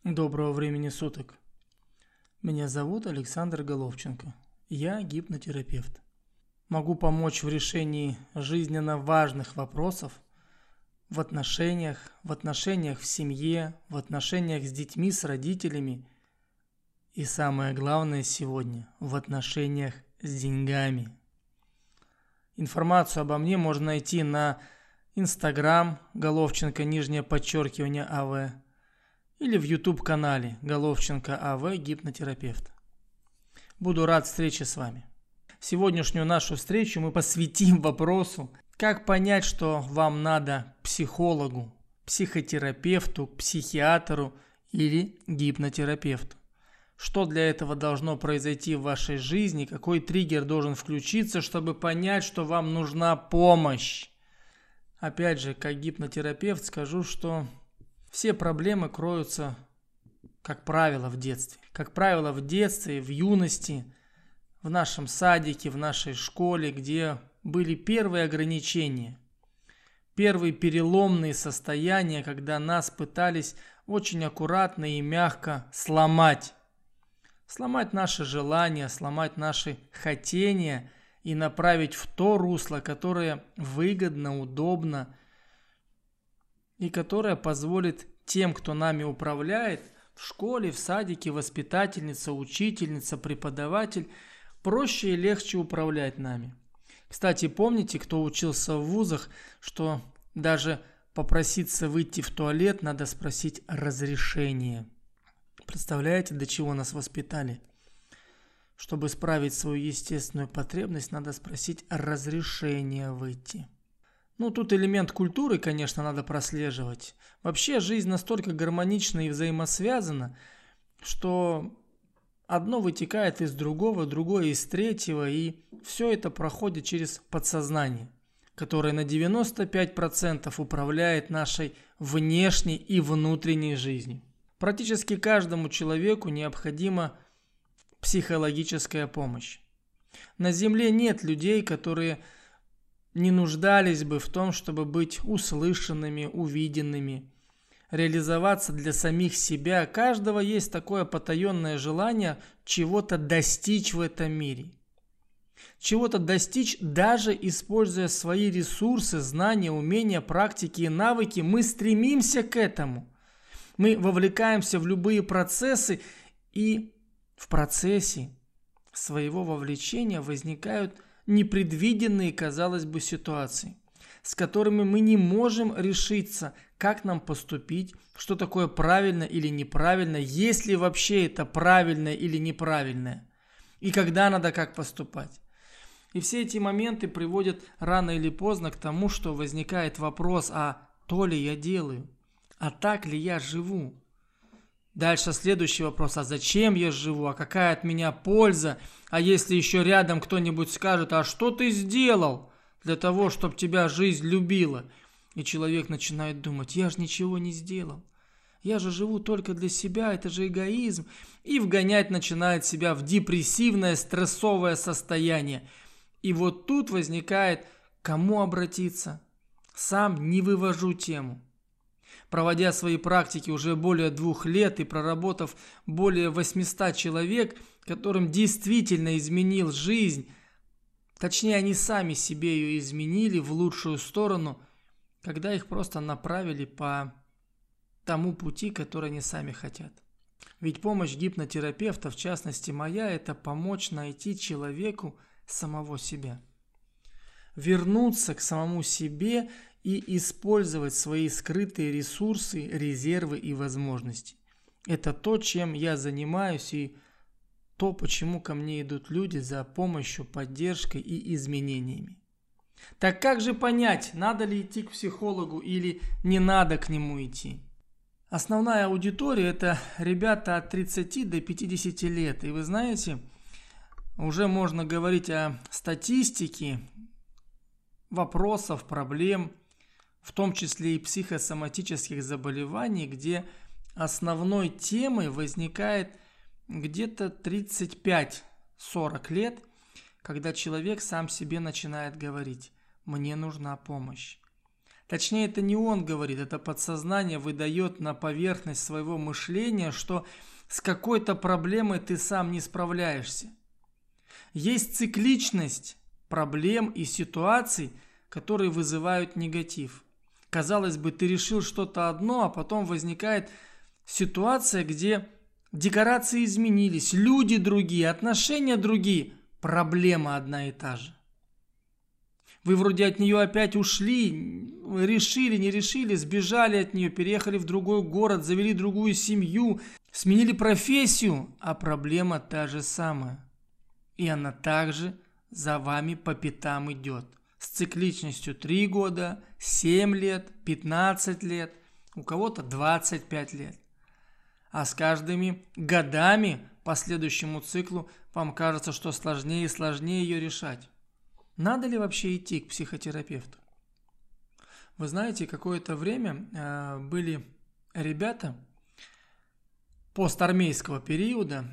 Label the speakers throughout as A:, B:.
A: Доброго времени суток. Меня зовут Александр Головченко. Я гипнотерапевт. Могу помочь в решении жизненно важных вопросов в отношениях в семье, в отношениях с детьми, с родителями и самое главное сегодня – в отношениях с деньгами. Информацию обо мне можно найти на Instagram Головченко _АВ или в YouTube-канале Головченко АВ Гипнотерапевт. Буду рад встрече с вами. Сегодняшнюю нашу встречу мы посвятим вопросу, как понять, что вам надо к психологу, психотерапевту, психиатру или гипнотерапевту. Что для этого должно произойти в вашей жизни, какой триггер должен включиться, чтобы понять, что вам нужна помощь. Опять же, как гипнотерапевт скажу, что все проблемы кроются, как правило, в детстве. Как правило, в детстве, в юности, в нашем садике, в нашей школе, где были первые ограничения, первые переломные состояния, когда нас пытались очень аккуратно и мягко сломать. Сломать наши желания, сломать наши хотения и направить в то русло, которое выгодно, удобно и которое позволит тем, кто нами управляет, в школе, в садике, воспитательница, учительница, преподаватель, проще и легче управлять нами. Кстати, помните, кто учился в вузах, что даже попроситься выйти в туалет надо спросить разрешение. Представляете, до чего нас воспитали? Чтобы справить свою естественную потребность, надо спросить разрешение выйти. Тут элемент культуры, конечно, надо прослеживать. Вообще жизнь настолько гармонична и взаимосвязана, что одно вытекает из другого, другое из третьего, и все это проходит через подсознание, которое на 95% управляет нашей внешней и внутренней жизнью. Практически каждому человеку необходима психологическая помощь. На Земле нет людей, которые не нуждались бы в том, чтобы быть услышанными, увиденными, реализоваться для самих себя. У каждого есть такое потаенное желание чего-то достичь в этом мире. Чего-то достичь, даже используя свои ресурсы, знания, умения, практики и навыки, мы стремимся к этому. Мы вовлекаемся в любые процессы, и в процессе своего вовлечения возникают непредвиденные, казалось бы, ситуации, с которыми мы не можем решиться, как нам поступить, что такое правильно или неправильно, есть ли вообще это правильное или неправильное, и когда надо как поступать. И все эти моменты приводят рано или поздно к тому, что возникает вопрос, а то ли я делаю, а так ли я живу? Дальше следующий вопрос, а зачем я живу, а какая от меня польза? А если еще рядом кто-нибудь скажет, а что ты сделал для того, чтобы тебя жизнь любила? И человек начинает думать, я же ничего не сделал. Я же живу только для себя, это же эгоизм. И вгонять начинает себя в депрессивное, стрессовое состояние. И вот тут возникает, кому обратиться? Сам не вывожу тему. Проводя свои практики уже более 2 лет и проработав более 800 человек, которым действительно изменил жизнь, точнее они сами себе ее изменили в лучшую сторону, когда их просто направили по тому пути, который они сами хотят. Ведь помощь гипнотерапевта, в частности моя, это помочь найти человеку самого себя. Вернуться к самому себе и использовать свои скрытые ресурсы, резервы и возможности. Это то, чем я занимаюсь, и то, почему ко мне идут люди за помощью, поддержкой и изменениями. Так как же понять, надо ли идти к психологу или не надо к нему идти? Основная аудитория – это ребята от 30 до 50 лет. И вы знаете, уже можно говорить о статистике вопросов, проблем, в том числе и психосоматических заболеваний, где основной темой возникает где-то 35-40 лет, когда человек сам себе начинает говорить: «Мне нужна помощь». Точнее, это не он говорит, это подсознание выдает на поверхность своего мышления, что с какой-то проблемой ты сам не справляешься. Есть цикличность проблем и ситуаций, которые вызывают негатив. Казалось бы, ты решил что-то одно, а потом возникает ситуация, где декорации изменились, люди другие, отношения другие, проблема одна и та же. Вы вроде от нее опять ушли, решили, не решили, сбежали от нее, переехали в другой город, завели другую семью, сменили профессию, а проблема та же самая. И она также за вами по пятам идет. С цикличностью 3 года, 7 лет, 15 лет, у кого-то 25 лет. А с каждыми годами по следующему циклу вам кажется, что сложнее и сложнее ее решать. Надо ли вообще идти к психотерапевту? Вы знаете, какое-то время были ребята постармейского периода,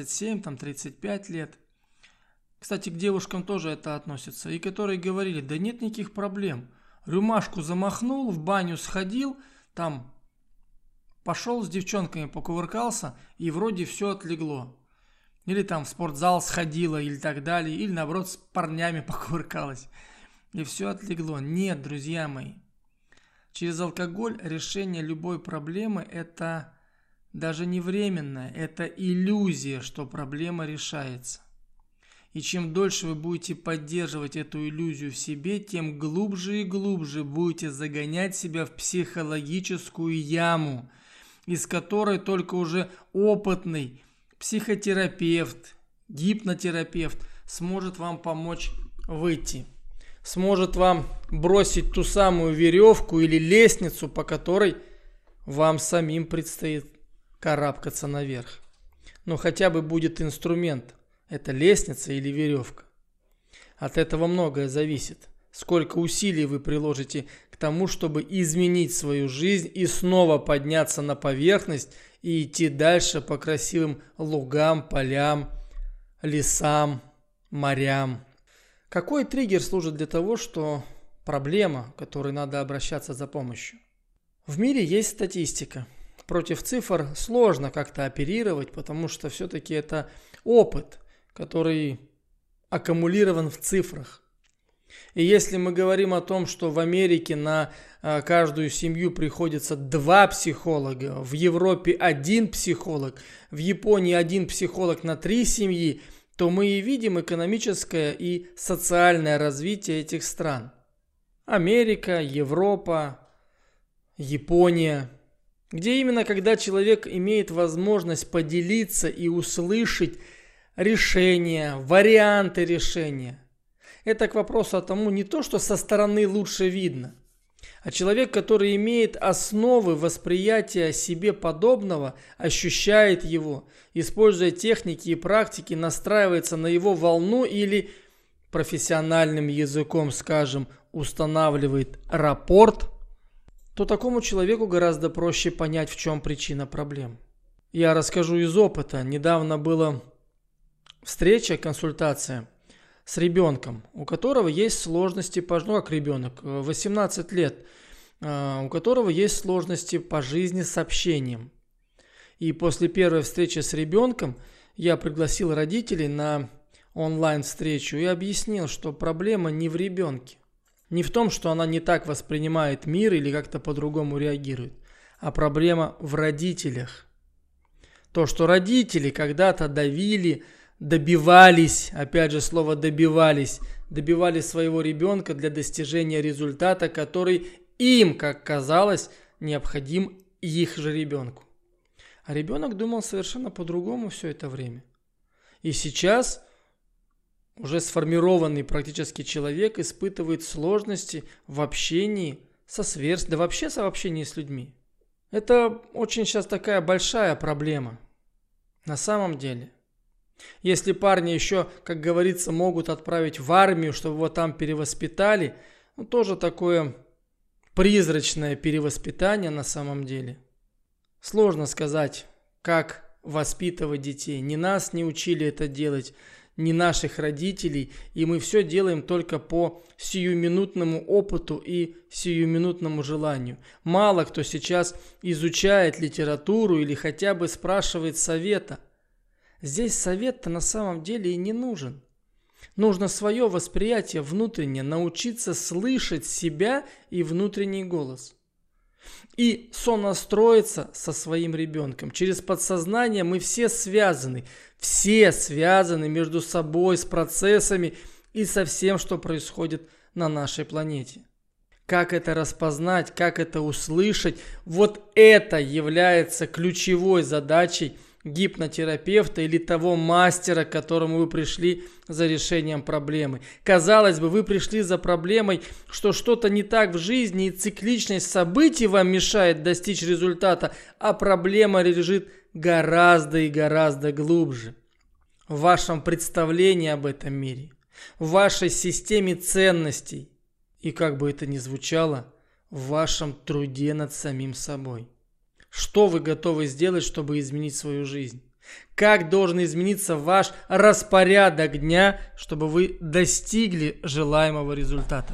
A: 27-35 лет. Кстати, к девушкам тоже это относится. И которые говорили, да нет никаких проблем. Рюмашку замахнул, в баню сходил, там пошел с девчонками покувыркался, и вроде все отлегло. Или там в спортзал сходила, или так далее, или наоборот с парнями покувыркалась. И все отлегло. Нет, друзья мои. Через алкоголь решение любой проблемы – это даже не временное, это иллюзия, что проблема решается. И чем дольше вы будете поддерживать эту иллюзию в себе, тем глубже и глубже будете загонять себя в психологическую яму, из которой только уже опытный психотерапевт, гипнотерапевт сможет вам помочь выйти. Сможет вам бросить ту самую веревку или лестницу, по которой вам самим предстоит карабкаться наверх. Но хотя бы будет инструмент. Это лестница или веревка. От этого многое зависит. Сколько усилий вы приложите к тому, чтобы изменить свою жизнь и снова подняться на поверхность и идти дальше по красивым лугам, полям, лесам, морям. Какой триггер служит для того, что проблема, к которой надо обращаться за помощью? В мире есть статистика. Против цифр сложно как-то оперировать, потому что все-таки это опыт, который аккумулирован в цифрах. И если мы говорим о том, что в Америке на каждую семью приходится 2 психолога, в Европе 1 психолог, в Японии 1 психолог на 3 семьи, то мы и видим экономическое и социальное развитие этих стран. Америка, Европа, Япония, где именно когда человек имеет возможность поделиться и услышать решения, варианты решения. Это к вопросу о тому не то, что со стороны лучше видно, а человек, который имеет основы восприятия себе подобного, ощущает его, используя техники и практики, настраивается на его волну или, профессиональным языком скажем, устанавливает рапорт, то такому человеку гораздо проще понять, в чем причина проблем. Я расскажу из опыта. Недавно была встреча, консультация с ребенком, у которого есть сложности, как ребенок, 18 лет, у которого есть сложности по жизни с общением. И после первой встречи с ребенком я пригласил родителей на онлайн-встречу и объяснил, что проблема не в ребенке, не в том, что она не так воспринимает мир или как-то по-другому реагирует, а проблема в родителях. То, что родители когда-то давили, добивались, опять же слово добивались своего ребенка для достижения результата, который им, как казалось, необходим их же ребенку. А ребенок думал совершенно по-другому все это время. И сейчас уже сформированный практически человек испытывает сложности в общении со сверстниками, да вообще в общении с людьми. Это очень сейчас такая большая проблема. На самом деле. Если парни еще, как говорится, могут отправить в армию, чтобы его там перевоспитали, тоже такое призрачное перевоспитание на самом деле. Сложно сказать, как воспитывать детей. Ни нас не учили это делать, ни наших родителей, и мы все делаем только по сиюминутному опыту и сиюминутному желанию. Мало кто сейчас изучает литературу или хотя бы спрашивает совета. Здесь совет-то на самом деле и не нужен. Нужно свое восприятие внутреннее, научиться слышать себя и внутренний голос. И сонастроиться со своим ребенком. Через подсознание мы все связаны между собой, с процессами и со всем, что происходит на нашей планете. Как это распознать, как это услышать, вот это является ключевой задачей гипнотерапевта или того мастера, к которому вы пришли за решением проблемы. Казалось бы, вы пришли за проблемой, что что-то не так в жизни и цикличность событий вам мешает достичь результата, а проблема лежит гораздо и гораздо глубже. В вашем представлении об этом мире, в вашей системе ценностей и, как бы это ни звучало, в вашем труде над самим собой. Что вы готовы сделать, чтобы изменить свою жизнь? Как должен измениться ваш распорядок дня, чтобы вы достигли желаемого результата?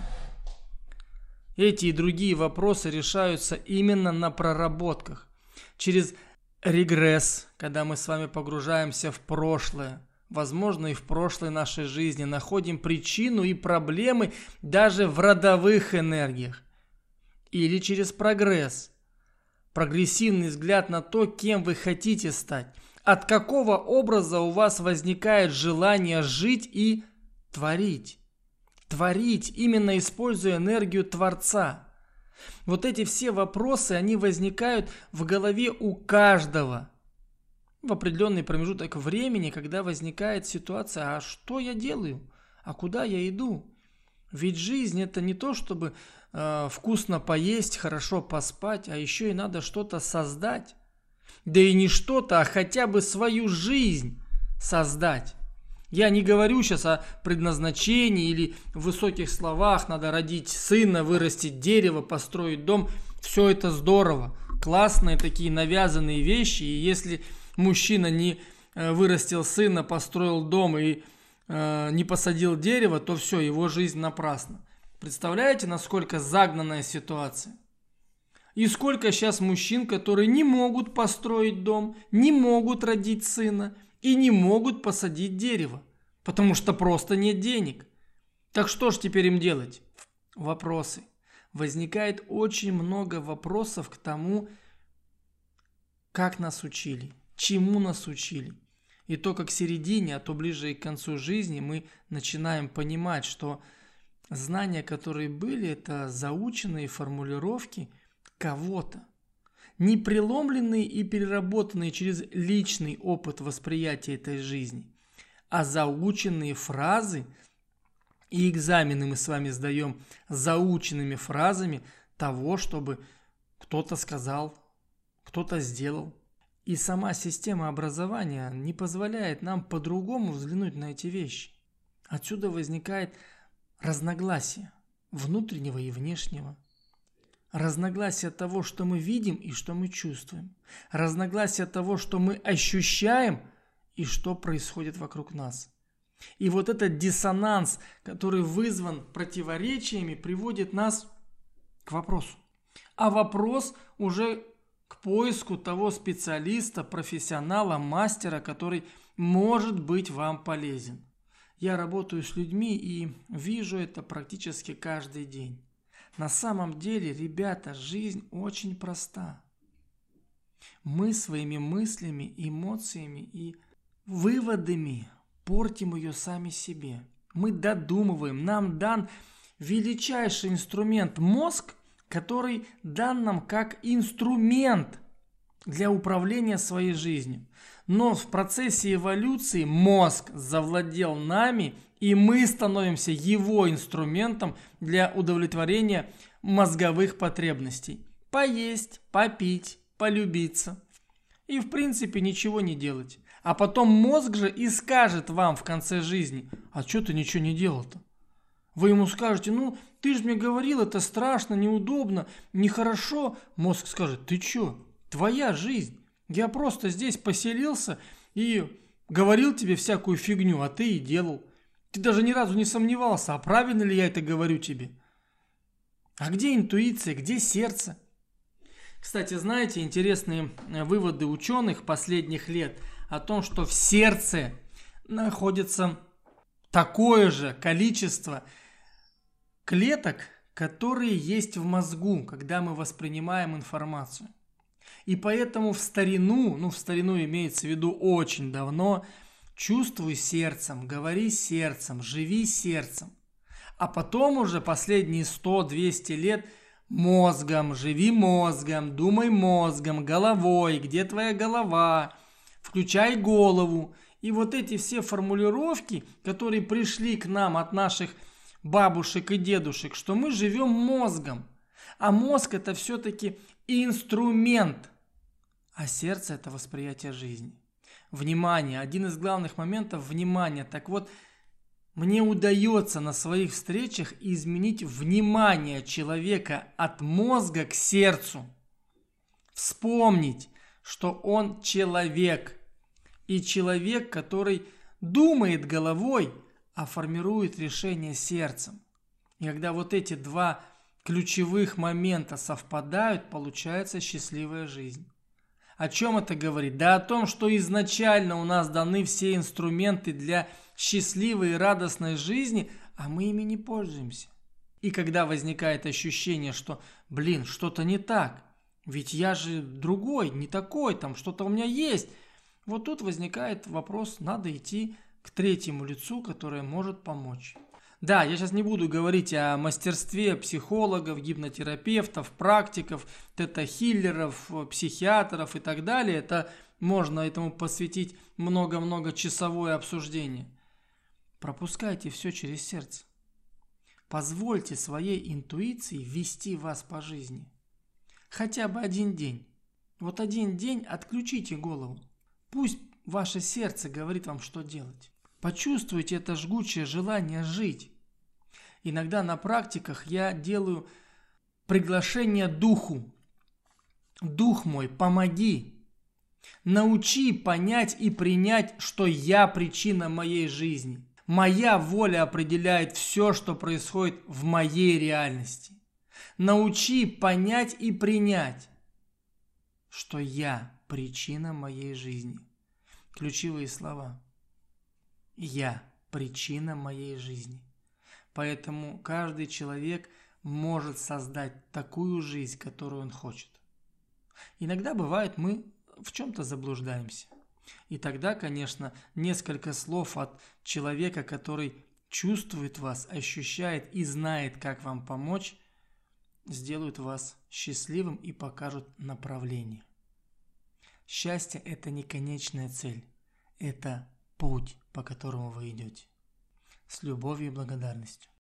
A: Эти и другие вопросы решаются именно на проработках. Через регресс, когда мы с вами погружаемся в прошлое, возможно, и в прошлой нашей жизни, находим причину и проблемы даже в родовых энергиях. Или через прогресс. Прогрессивный взгляд на то, кем вы хотите стать. От какого образа у вас возникает желание жить и творить. Творить, именно используя энергию Творца. Вот эти все вопросы, они возникают в голове у каждого. В определенный промежуток времени, когда возникает ситуация, а что я делаю? А куда я иду? Ведь жизнь это не то, чтобы вкусно поесть, хорошо поспать, а еще и надо что-то создать. Да и не что-то, а хотя бы свою жизнь создать. Я не говорю сейчас о предназначении или в высоких словах, надо родить сына, вырастить дерево, построить дом. Все это здорово, классные такие навязанные вещи. И если мужчина не вырастил сына, построил дом и не посадил дерево, то все, его жизнь напрасна. Представляете, насколько загнанная ситуация? И сколько сейчас мужчин, которые не могут построить дом, не могут родить сына и не могут посадить дерево, потому что просто нет денег. Так что ж теперь им делать? Вопросы. Возникает очень много вопросов к тому, как нас учили, чему нас учили. И только к середине, а то ближе и к концу жизни мы начинаем понимать, что знания, которые были, это заученные формулировки кого-то, не преломленные и переработанные через личный опыт восприятия этой жизни, а заученные фразы, и экзамены мы с вами сдаем заученными фразами того, чтобы кто-то сказал, кто-то сделал. И сама система образования не позволяет нам по-другому взглянуть на эти вещи. Отсюда возникает разногласие внутреннего и внешнего. Разногласие того, что мы видим и что мы чувствуем. Разногласие того, что мы ощущаем и что происходит вокруг нас. И вот этот диссонанс, который вызван противоречиями, приводит нас к вопросу. А вопрос уже к поиску того специалиста, профессионала, мастера, который может быть вам полезен. Я работаю с людьми и вижу это практически каждый день. На самом деле, ребята, жизнь очень проста. Мы своими мыслями, эмоциями и выводами портим ее сами себе. Мы додумываем. Нам дан величайший инструмент мозг, который дан нам как инструмент для управления своей жизнью. Но в процессе эволюции мозг завладел нами, и мы становимся его инструментом для удовлетворения мозговых потребностей. Поесть, попить, полюбиться. И в принципе ничего не делать. А потом мозг же и скажет вам в конце жизни: а что ты ничего не делал-то? Вы ему скажете: ну ты же мне говорил, это страшно, неудобно, нехорошо. Мозг скажет: ты что? Твоя жизнь. Я просто здесь поселился и говорил тебе всякую фигню, а ты и делал. Ты даже ни разу не сомневался, а правильно ли я это говорю тебе. А где интуиция, где сердце? Кстати, знаете, интересные выводы ученых последних лет о том, что в сердце находится такое же количество клеток, которые есть в мозгу, когда мы воспринимаем информацию. И поэтому в старину имеется в виду очень давно, чувствуй сердцем, говори сердцем, живи сердцем. А потом уже последние 100-200 лет мозгом, живи мозгом, думай мозгом, головой, где твоя голова, включай голову. И вот эти все формулировки, которые пришли к нам от наших бабушек и дедушек, что мы живем мозгом. А мозг это все-таки инструмент, а сердце это восприятие жизни. Внимание, один из главных моментов – внимание. Так вот, мне удается на своих встречах изменить внимание человека от мозга к сердцу. Вспомнить, что он человек. И человек, который думает головой, а формирует решение сердцем. И когда вот эти два ключевых момента совпадают, получается счастливая жизнь. О чем это говорит? Да о том, что изначально у нас даны все инструменты для счастливой и радостной жизни, а мы ими не пользуемся. И когда возникает ощущение, что, что-то не так, ведь я же другой, не такой, там что-то у меня есть. Вот тут возникает вопрос, надо идти к третьему лицу, которое может помочь. Да, я сейчас не буду говорить о мастерстве психологов, гипнотерапевтов, практиков, тета-хиллеров, психиатров и так далее. Это можно этому посвятить много-много часовое обсуждение. Пропускайте все через сердце. Позвольте своей интуиции вести вас по жизни. Хотя бы один день. Вот один день отключите голову. Пусть ваше сердце говорит вам, что делать. Почувствуйте это жгучее желание жить. Иногда на практиках я делаю приглашение духу. Дух мой, помоги. Научи понять и принять, что я причина моей жизни. Моя воля определяет все, что происходит в моей реальности. Научи понять и принять, что я причина моей жизни. Ключевые слова. Я причина моей жизни. Поэтому каждый человек может создать такую жизнь, которую он хочет. Иногда бывает, мы в чем-то заблуждаемся. И тогда, конечно, несколько слов от человека, который чувствует вас, ощущает и знает, как вам помочь, сделают вас счастливым и покажут направление. Счастье – это не конечная цель, это путь, по которому вы идете. С любовью и благодарностью.